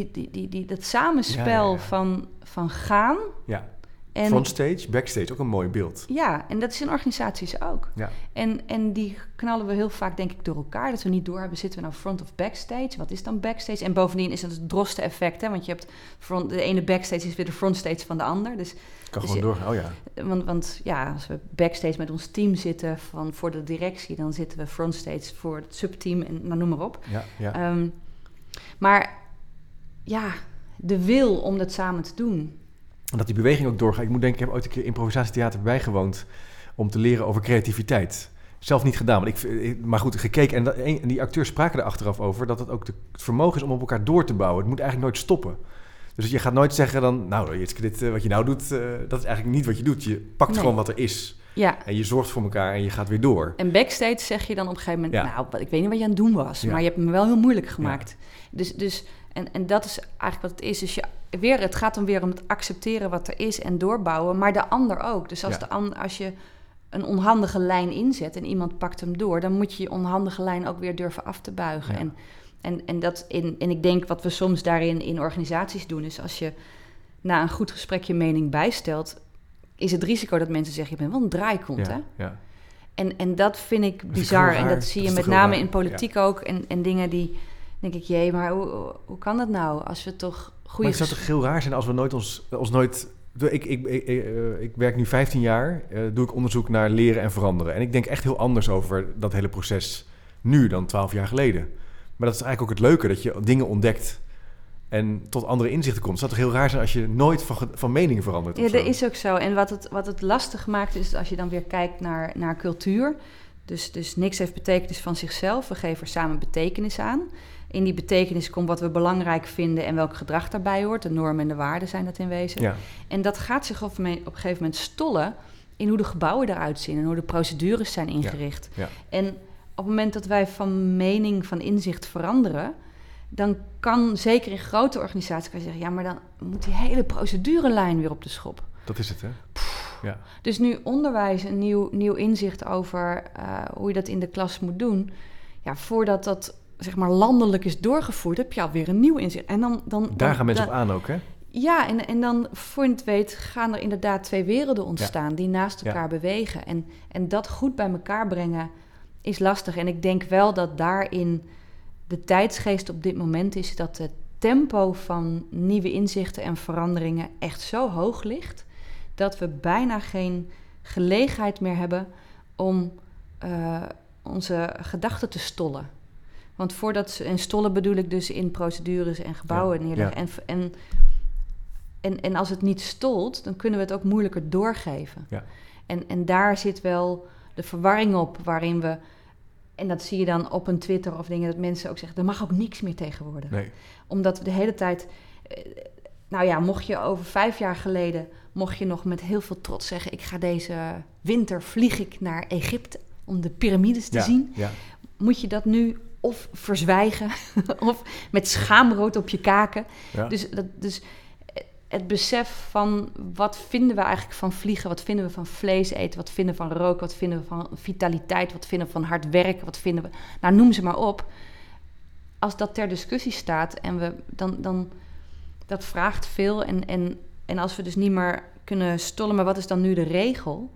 dat samenspel van gaan... Ja. Frontstage, backstage, ook een mooi beeld. Ja, en dat is in organisaties ook. Ja. En die knallen we heel vaak, denk ik, door elkaar. Dat we niet doorhebben, zitten we nou front of backstage? Wat is dan backstage? En bovendien is dat het drosten-effect, hè? Want je hebt de ene backstage is weer de frontstage van de ander. Dus kan gewoon doorgaan, oh ja. Want als we backstage met ons team zitten voor de directie... dan zitten we frontstage voor het subteam en noem maar op. Ja. Maar ja, de wil om dat samen te doen... En dat die beweging ook doorgaat. Ik moet denken, ik heb ooit een keer improvisatietheater bijgewoond... om te leren over creativiteit. Zelf niet gedaan, maar goed, gekeken. En die acteurs spraken er achteraf over... dat het ook het vermogen is om op elkaar door te bouwen. Het moet eigenlijk nooit stoppen. Dus je gaat nooit zeggen dan... nou, wat je nou doet, dat is eigenlijk niet wat je doet. Je pakt gewoon wat er is. Ja. En je zorgt voor elkaar en je gaat weer door. En backstage zeg je dan op een gegeven moment... nou, ik weet niet wat je aan het doen was... maar je hebt me wel heel moeilijk gemaakt. Ja. Dus en dat is eigenlijk wat het is. Dus het gaat dan weer om het accepteren wat er is en doorbouwen... maar de ander ook. Dus als je een onhandige lijn inzet en iemand pakt hem door... dan moet je onhandige lijn ook weer durven af te buigen. Ja. En ik denk wat we soms daarin in organisaties doen... is als je na een goed gesprek je mening bijstelt... is het risico dat mensen zeggen... je bent wel een draaikont, hè? Ja. En dat vind ik bizar. En dat zie je met name in politiek ook. En dingen die... denk ik, maar hoe kan dat nou? Als we toch goede... Maar het zou toch heel raar zijn als we nooit... Ik werk nu 15 jaar, doe ik onderzoek naar leren en veranderen. En ik denk echt heel anders over dat hele proces nu dan 12 jaar geleden. Maar dat is eigenlijk ook het leuke, dat je dingen ontdekt en tot andere inzichten komt. Het zou toch heel raar zijn als je nooit van mening verandert? Ja, dat is ook zo. En wat het lastig maakt is als je dan weer kijkt naar cultuur. Dus niks heeft betekenis van zichzelf. We geven er samen betekenis aan. In die betekenis komt wat we belangrijk vinden en welk gedrag daarbij hoort. De normen en de waarden zijn dat in wezen. Ja. En dat gaat zich op een gegeven moment stollen in hoe de gebouwen eruit zien en hoe de procedures zijn ingericht. Ja. En op het moment dat wij van mening, van inzicht veranderen, dan kan zeker in grote organisaties zeggen, maar dan moet die hele procedurelijn weer op de schop. Dat is het, hè? Ja. Dus nu onderwijs, een nieuw inzicht over hoe je dat in de klas moet doen. Ja, voordat dat zeg maar landelijk is doorgevoerd, heb je alweer een nieuw inzicht. En daar gaan mensen op aan ook, hè? Ja, en dan voor je het weet gaan er inderdaad 2 werelden ontstaan die naast elkaar bewegen. En dat goed bij elkaar brengen is lastig. En ik denk wel dat daarin de tijdsgeest op dit moment is dat het tempo van nieuwe inzichten en veranderingen echt zo hoog ligt, dat we bijna geen gelegenheid meer hebben om onze gedachten te stollen. Want en stollen bedoel ik dus in procedures en gebouwen neerleggen. Ja. En als het niet stolt, dan kunnen we het ook moeilijker doorgeven. Ja. En daar zit wel de verwarring op, waarin we... En dat zie je dan op een Twitter of dingen, dat mensen ook zeggen, er mag ook niks meer tegenwoordig. Nee. Omdat we de hele tijd... mocht je over 5 jaar geleden, mocht je nog met heel veel trots zeggen, ik ga deze winter vlieg ik naar Egypte om de piramides te zien. Ja. Moet je dat nu of verzwijgen of met schaamrood op je kaken. Ja. Dus het besef van wat vinden we eigenlijk van vliegen, wat vinden we van vlees eten, wat vinden we van roken, wat vinden we van vitaliteit, wat vinden we van hard werken, wat vinden we... noem ze maar op. Als dat ter discussie staat en dan dat vraagt veel. En als we dus niet meer kunnen stollen, maar wat is dan nu de regel?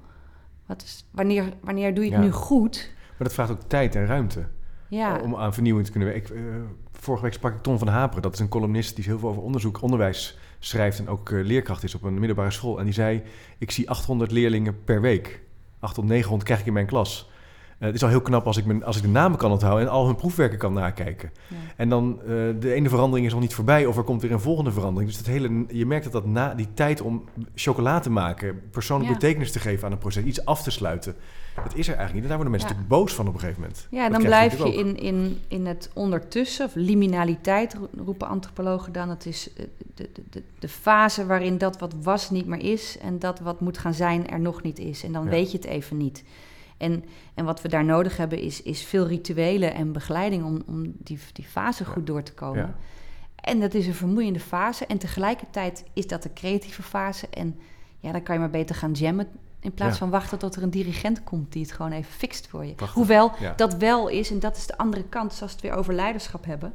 Wanneer doe je het nu goed? Maar dat vraagt ook tijd en ruimte om aan vernieuwing te kunnen werken. Vorige week sprak ik Ton van Haperen. Dat is een columnist die heel veel over onderwijs schrijft en ook leerkracht is op een middelbare school. En die zei, ik zie 800 leerlingen per week. 800, 900 krijg ik in mijn klas. Het is al heel knap als ik de namen kan onthouden en al hun proefwerken kan nakijken. Ja. En dan de ene verandering is nog niet voorbij of er komt weer een volgende verandering. Dus je merkt dat na die tijd om chocola te maken, persoonlijke betekenis te geven aan een proces, iets af te sluiten, dat is er eigenlijk niet. En daar worden mensen natuurlijk boos van op een gegeven moment. Ja, dan blijf je in het ondertussen, of liminaliteit roepen antropologen dan. Het is de fase waarin dat wat was niet meer is en dat wat moet gaan zijn er nog niet is. En dan weet je het even niet. En wat we daar nodig hebben is veel rituelen en begeleiding om die fase goed door te komen. Ja. En dat is een vermoeiende fase. En tegelijkertijd is dat de creatieve fase. En dan kan je maar beter gaan jammen in plaats van wachten tot er een dirigent komt die het gewoon even fixt voor je. Prachtig. Hoewel dat wel is, en dat is de andere kant, zoals we het weer over leiderschap hebben.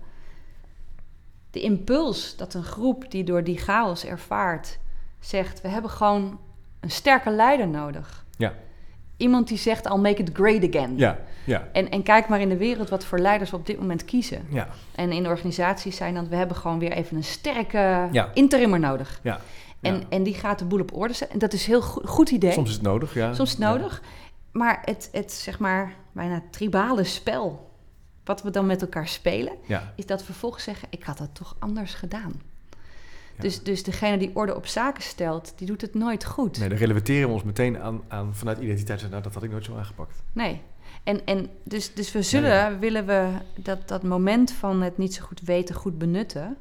De impuls dat een groep die door die chaos ervaart zegt, we hebben gewoon een sterke leider nodig. Ja. Iemand die zegt, I'll make it great again. Ja. En kijk maar in de wereld wat voor leiders we op dit moment kiezen. Ja. En in organisaties zijn dan, we hebben gewoon weer even een sterke interimmer nodig. Ja. En die gaat de boel op orde zetten. En dat is een heel goed idee. Soms is het nodig, ja. Soms is het nodig. Maar het zeg maar, bijna tribale spel, wat we dan met elkaar spelen, is dat we vervolgens zeggen, ik had dat toch anders gedaan. Ja. Dus degene die orde op zaken stelt, die doet het nooit goed. Nee, dan relateren we ons meteen aan vanuit identiteit. Nou, dat had ik nooit zo aangepakt. Nee. Dus we willen we dat moment van het niet zo goed weten, goed benutten.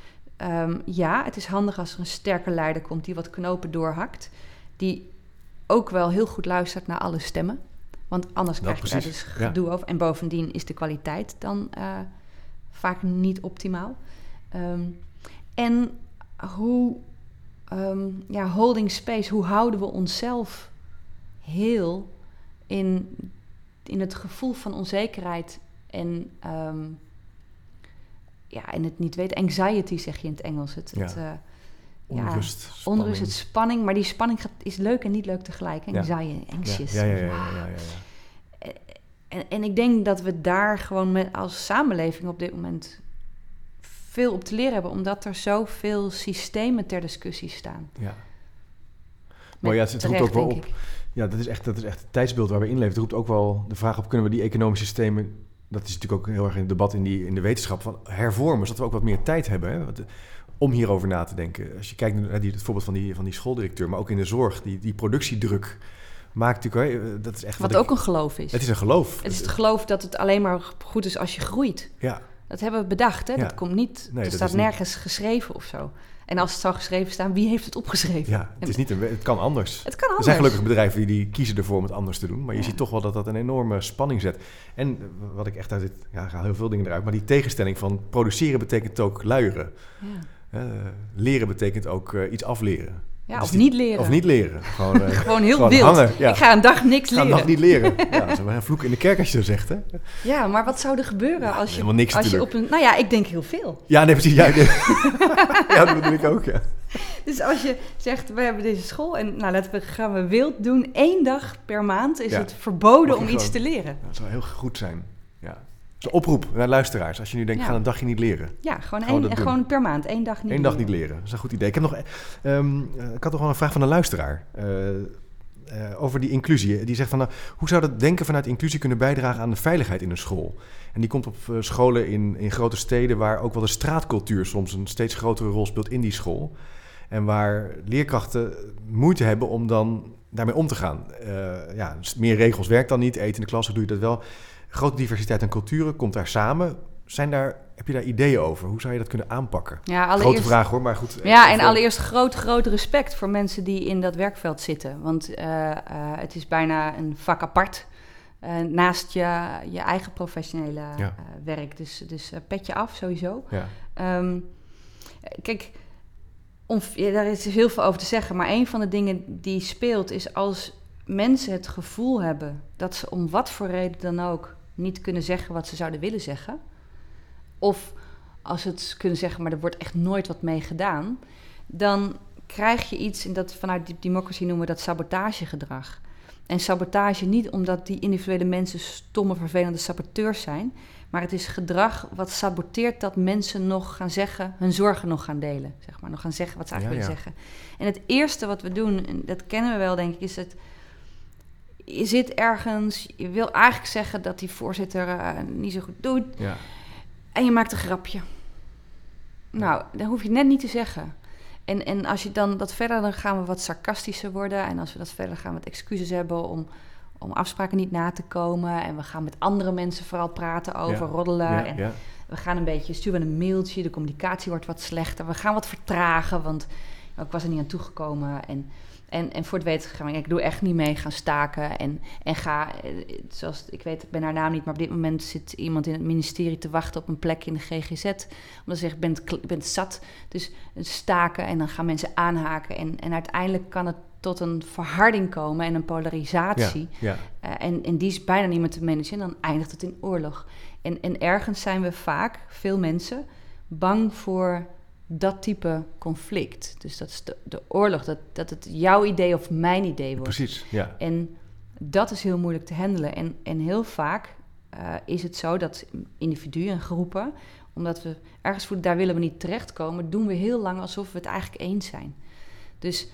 Het is handig als er een sterke leider komt die wat knopen doorhakt. Die ook wel heel goed luistert naar alle stemmen. Want anders krijg je daar dus gedoe over. En bovendien is de kwaliteit dan vaak niet optimaal. En hoe holding space, hoe houden we onszelf heel in het gevoel van onzekerheid en en het niet weten. Anxiety zeg je in het Engels. Onrust, onrust, het spanning. Maar die spanning is leuk en niet leuk tegelijk. Anxiety, anxious. Ja. En ik denk dat we daar gewoon als samenleving op dit moment veel op te leren hebben, omdat er zoveel systemen ter discussie staan. Ja. Maar het roept ook wel op. Ja, dat is echt het tijdsbeeld waar we in leven. Het roept ook wel de vraag op, kunnen we die economische systemen, dat is natuurlijk ook heel erg in het debat in de wetenschap, van hervormen, zodat we ook wat meer tijd hebben, hè, om hierover na te denken. Als je kijkt naar het voorbeeld van die schooldirecteur, maar ook in de zorg, die productiedruk maakt natuurlijk, dat is echt wat ook een geloof is. Het is een geloof. Het is het geloof dat het alleen maar goed is als je groeit. Ja. Dat hebben we bedacht, hè? Ja. Dat komt niet. Het staat nergens geschreven of zo. En als het zou geschreven staan, wie heeft het opgeschreven? Ja, het kan anders. Het kan anders. Er zijn gelukkig bedrijven die kiezen ervoor om het anders te doen. Maar je ziet toch wel dat een enorme spanning zet. En wat ik echt uit dit... Ja, gaan heel veel dingen eruit. Maar die tegenstelling van produceren betekent ook luieren. Ja. Leren betekent ook iets afleren. Ja, dus niet leren. Of niet leren. Gewoon, gewoon heel wild. Hangen, ja. Ik ga een dag niks leren. Ik ga een dag niet leren. Ja, dat is een vloek in de kerk als je zo zegt, hè? Ja, maar wat zou er gebeuren als je... Helemaal niks als je op een... Nou ja, ik denk heel veel. Ja, nee, precies. Ja, ja, dat doe ik ook, ja. Dus als je zegt, we hebben deze school en gaan we wild doen. 1 dag per maand is het verboden om iets te leren. Dat zou heel goed zijn, ja. Zo'n oproep naar luisteraars. Als je nu denkt, ga een dagje niet leren. Ja, gewoon per maand. 1 dag niet leren. 1 dag niet leren. Dat is een goed idee. Ik had nog wel een vraag van een luisteraar. Over die inclusie. Die zegt van, hoe zou dat denken vanuit inclusie kunnen bijdragen aan de veiligheid in een school? En die komt op scholen in grote steden waar ook wel de straatcultuur soms een steeds grotere rol speelt in die school. En waar leerkrachten moeite hebben om dan daarmee om te gaan. Meer regels werkt dan niet. Eten in de klas, hoe doe je dat wel? Grote diversiteit aan culturen komt daar samen. Heb je daar ideeën over? Hoe zou je dat kunnen aanpakken? Ja, grote vraag hoor, maar goed. Ja, en allereerst groot respect voor mensen die in dat werkveld zitten. Want het is bijna een vak apart. Naast je eigen professionele werk. Dus pet je af sowieso. Ja. Kijk, daar is heel veel over te zeggen. Maar een van de dingen die speelt is als mensen het gevoel hebben dat ze om wat voor reden dan ook niet kunnen zeggen wat ze zouden willen zeggen. Of als het kunnen zeggen, maar er wordt echt nooit wat mee gedaan, dan krijg je iets, en dat vanuit Deep Democracy noemen we dat sabotagegedrag. En sabotage niet omdat die individuele mensen stomme, vervelende saboteurs zijn, maar het is gedrag wat saboteert dat mensen nog gaan zeggen, hun zorgen nog gaan delen, zeg maar, nog gaan zeggen wat ze eigenlijk willen zeggen. En het eerste wat we doen, en dat kennen we wel, denk ik, is het, je zit ergens, je wil eigenlijk zeggen dat die voorzitter niet zo goed doet, en je maakt een grapje. Nou, dan hoef je het net niet te zeggen. En als je dan dat verder, dan gaan we wat sarcastischer worden. En als we dat verder gaan, wat excuses hebben om afspraken niet na te komen. En we gaan met andere mensen vooral praten over, roddelen. En we gaan een beetje, sturen een mailtje, de communicatie wordt wat slechter. We gaan wat vertragen, want ik was er niet aan toegekomen. En voor het weten gaan we, ik doe echt niet mee, gaan staken. En ga, zoals ik weet, ik ben haar naam niet, maar op dit moment zit iemand in het ministerie te wachten op een plek in de GGZ. Omdat ze zegt, ik ben zat. Dus staken en dan gaan mensen aanhaken. En uiteindelijk kan het tot een verharding komen en een polarisatie. En die is bijna niet meer te managen. En dan eindigt het in oorlog. En ergens zijn we vaak, veel mensen, bang voor dat type conflict. Dus dat is de oorlog, dat het jouw idee of mijn idee wordt. Precies, ja. En dat is heel moeilijk te handelen. En heel vaak is het zo dat individuen en groepen, omdat we ergens voelen, daar willen we niet terechtkomen, doen we heel lang alsof we het eigenlijk eens zijn. Dus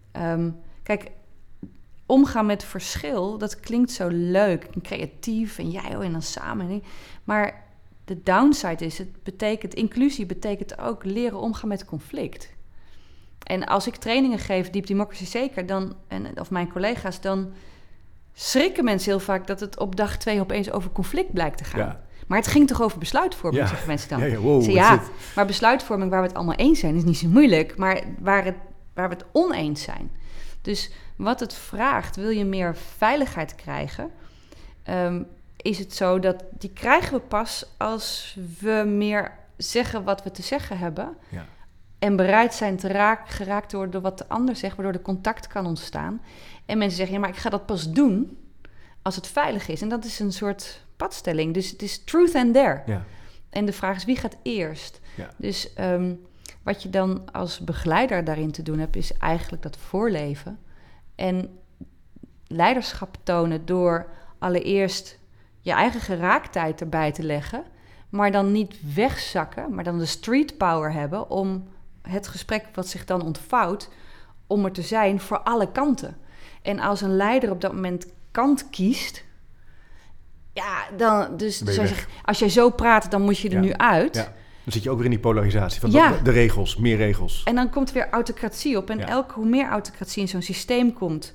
kijk, omgaan met verschil, dat klinkt zo leuk en creatief en en dan samen. Maar de downside is, inclusie betekent ook leren omgaan met conflict. En als ik trainingen geef, Deep Democracy zeker, of mijn collega's, dan schrikken mensen heel vaak dat het op dag 2 opeens over conflict blijkt te gaan. Ja. Maar het ging toch over besluitvorming, zeggen mensen dan. Wow, maar besluitvorming waar we het allemaal eens zijn, is niet zo moeilijk. Maar waar we het oneens zijn. Dus wat het vraagt, wil je meer veiligheid krijgen, is het zo dat die krijgen we pas als we meer zeggen wat we te zeggen hebben. Ja. En bereid zijn geraakt te worden door wat de ander zegt, waardoor er contact kan ontstaan. En mensen zeggen, maar ik ga dat pas doen als het veilig is. En dat is een soort padstelling. Dus het is truth and dare. Ja. En de vraag is, wie gaat eerst? Ja. Dus wat je dan als begeleider daarin te doen hebt, is eigenlijk dat voorleven. En leiderschap tonen door allereerst je eigen geraaktheid erbij te leggen, maar dan niet wegzakken, maar dan de street power hebben om het gesprek wat zich dan ontvouwt, om er te zijn voor alle kanten. En als een leider op dat moment kant kiest, dan als jij zo praat, dan moet je er nu uit. Ja. Dan zit je ook weer in die polarisatie van de regels, meer regels. En dan komt weer autocratie op. En hoe meer autocratie in zo'n systeem komt,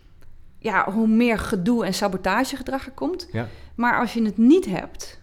hoe meer gedoe en sabotagegedrag er komt. Ja. Maar als je het niet hebt,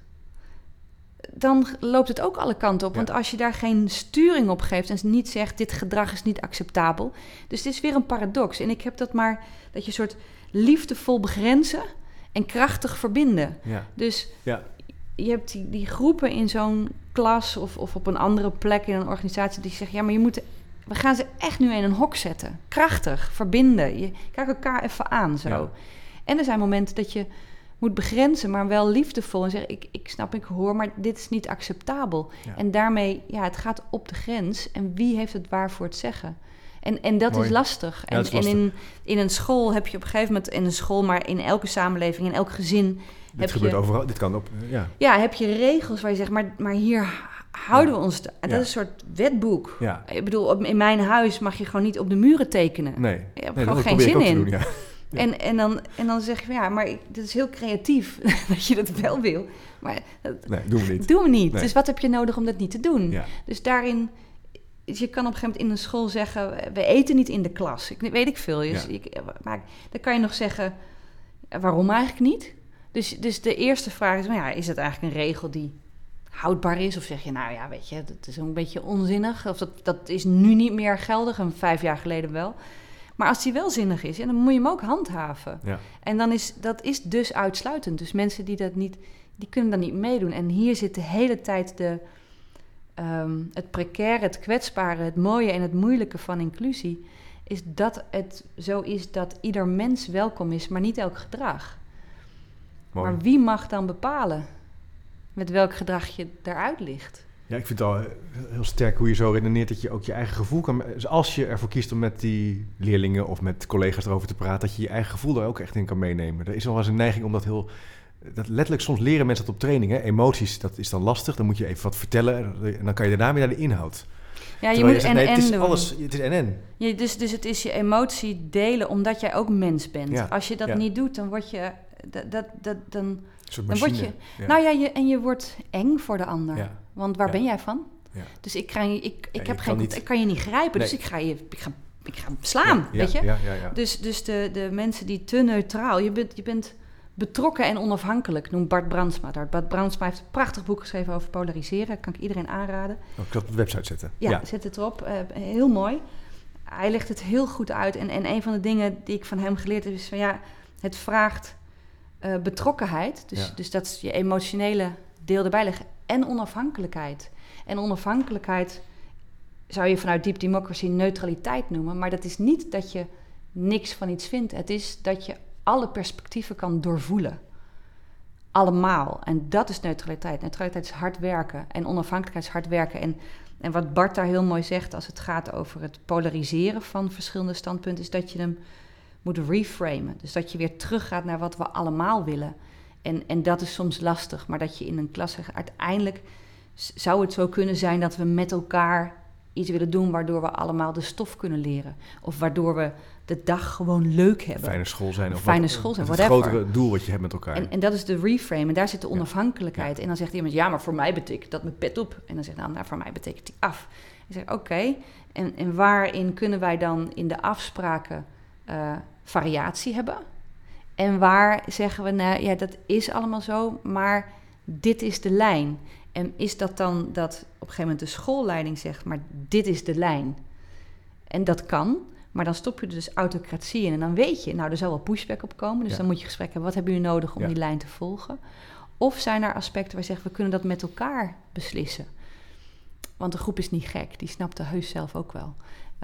dan loopt het ook alle kanten op. Ja. Want als je daar geen sturing op geeft en niet zegt, dit gedrag is niet acceptabel. Dus het is weer een paradox. En ik heb dat je een soort liefdevol begrenzen en krachtig verbinden. Ja. Dus je hebt die groepen in zo'n klas of op een andere plek in een organisatie die zeggen, maar we gaan ze echt nu in een hok zetten. Krachtig, verbinden. Je kijkt elkaar even aan zo. Ja. En er zijn momenten dat je moet begrenzen, maar wel liefdevol. En zeggen, ik snap, ik hoor, maar dit is niet acceptabel. Ja. En daarmee, het gaat op de grens. En wie heeft het waar voor het zeggen? En dat is lastig. Ja, dat is lastig. En in een school heb je op een gegeven moment, in een school, maar in elke samenleving, in elk gezin, dit gebeurt overal. Dit kan op, heb je regels waar je zegt, maar hier houden we ons. Dat is een soort wetboek. Ja. Ik bedoel, in mijn huis mag je gewoon niet op de muren tekenen. Nee. Je hebt gewoon geen zin in. Doen, En dan zeg je maar dit is heel creatief dat je dat wel wil. Maar doen we niet. Doen we niet. Nee. Dus wat heb je nodig om dat niet te doen? Ja. Dus daarin, je kan op een gegeven moment in een school zeggen, we eten niet in de klas. Weet ik veel. Maar dan kan je nog zeggen, waarom eigenlijk niet? Dus de eerste vraag is, is dat eigenlijk een regel die houdbaar is? Of zeg je, weet je, dat is een beetje onzinnig. Of dat is nu niet meer geldig en 5 jaar geleden wel. Maar als die wel zinnig is, dan moet je hem ook handhaven. Ja. En dat is dus uitsluitend. Dus mensen die dat niet, die kunnen dan niet meedoen. En hier zit de hele tijd het precaire, het kwetsbare, het mooie en het moeilijke van inclusie, is dat het zo is dat ieder mens welkom is, maar niet elk gedrag. Mooi. Maar wie mag dan bepalen met welk gedrag je eruit ligt? Ja, ik vind het al heel sterk hoe je zo redeneert dat je ook je eigen gevoel kan... Dus als je ervoor kiest om met die leerlingen of met collega's erover te praten, dat je je eigen gevoel daar ook echt in kan meenemen. Er is nog wel eens een neiging om dat heel... Dat letterlijk, soms leren mensen dat op training. Hè? Emoties, dat is dan lastig. Dan moet je even wat vertellen en dan kan je daarna weer naar de inhoud. Ja, je moet zegt, het is doen. alles, het is en. Ja, dus het is je emotie delen omdat jij ook mens bent. Ja. Als je dat niet doet, dan word je... Dan een soort machine. word je... Nou ja, je wordt eng voor de ander. Ja. Want waar ben jij van? Ja. Dus ik kan je niet grijpen. Nee. Dus ik ga slaan, weet je? Ja. Dus de mensen die te neutraal... Je bent betrokken en onafhankelijk, noemt Bart Brandsma. Bart Brandsma heeft een prachtig boek geschreven over polariseren. Kan ik iedereen aanraden. Ik zal het op de website zetten. Ja, zet het erop. Heel mooi. Hij legt het heel goed uit. En een van de dingen die ik van hem geleerd heb... is van het vraagt betrokkenheid. Dus dat is je emotionele deel erbij leggen. En onafhankelijkheid. En onafhankelijkheid zou je vanuit Deep Democracy neutraliteit noemen. Maar dat is niet dat je niks van iets vindt. Het is dat je alle perspectieven kan doorvoelen. Allemaal. En dat is neutraliteit. Neutraliteit is hard werken. En onafhankelijkheid is hard werken. En wat Bart daar heel mooi zegt als het gaat over het polariseren van verschillende standpunten, is dat je hem moet reframen. Dus dat je weer teruggaat naar wat we allemaal willen. En dat is soms lastig. Maar dat je in een klas zegt, uiteindelijk zou het zo kunnen zijn dat we met elkaar iets willen doen waardoor we allemaal de stof kunnen leren. Of waardoor we de dag gewoon leuk hebben. Fijne school zijn. Of whatever. Het grotere doel wat je hebt met elkaar. En dat is de reframe. En daar zit de onafhankelijkheid. Ja. En dan zegt iemand, ja, maar voor mij betekent dat mijn pet op. En dan zegt nou, voor mij betekent die af. En zeg oké. En waarin kunnen wij dan in de afspraken variatie hebben? En waar zeggen we, nou ja, dat is allemaal zo, maar dit is de lijn. En is dat dan dat op een gegeven moment de schoolleiding zegt, maar dit is de lijn. En dat kan, maar dan stop je dus autocratie in. En dan weet je, nou, er zal wel pushback op komen. Dus dan moet je gesprek hebben, wat hebben jullie nodig om die lijn te volgen? Of zijn er aspecten waar je zegt, we kunnen dat met elkaar beslissen. Want de groep is niet gek, die snapt de heus zelf ook wel.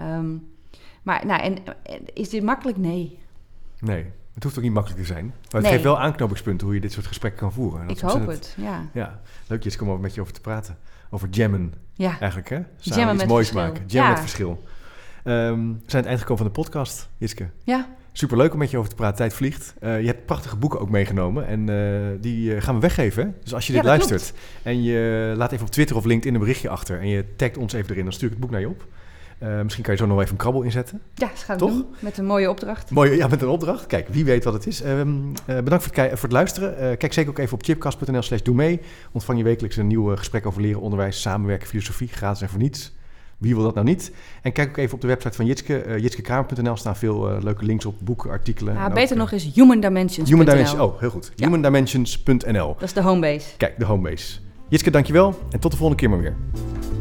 Maar nou, en is dit makkelijk? Nee. Nee, het hoeft ook niet makkelijk te zijn. Maar het geeft wel aanknopingspunten hoe je dit soort gesprekken kan voeren. Ik hoop het, ja. Ja, leuk Jitske om met je over te praten. Over jammen, eigenlijk hè? Samen jammen iets met moois verschil. maken. Jammen met verschil. We zijn aan het eind gekomen van de podcast, Jitske. Ja. Superleuk om met je over te praten. Tijd vliegt. Je hebt prachtige boeken ook meegenomen. En die gaan we weggeven. Hè? Dus als je dit luistert en je laat even op Twitter of LinkedIn een berichtje achter en je tagt ons even erin, dan stuur ik het boek naar je op. Misschien kan je zo nog even een krabbel inzetten. Ja, dat gaan we doen. Met een mooie opdracht. Met een opdracht. Kijk, wie weet wat het is. Bedankt voor het luisteren. Kijk zeker ook even op chipcast.nl/doe mee. Ontvang je wekelijks een nieuw gesprek over leren, onderwijs, samenwerken, filosofie. Gratis en voor niets. Wie wil dat nou niet? En kijk ook even op de website van Jitske. jitskekramer.nl staan veel leuke links op, boeken, artikelen. Ja, beter nog is humandimensions.nl. Heel goed. Ja. Humandimensions.nl. Dat is de homebase. Kijk, de homebase. Jitske, dankjewel. En tot de volgende keer maar weer.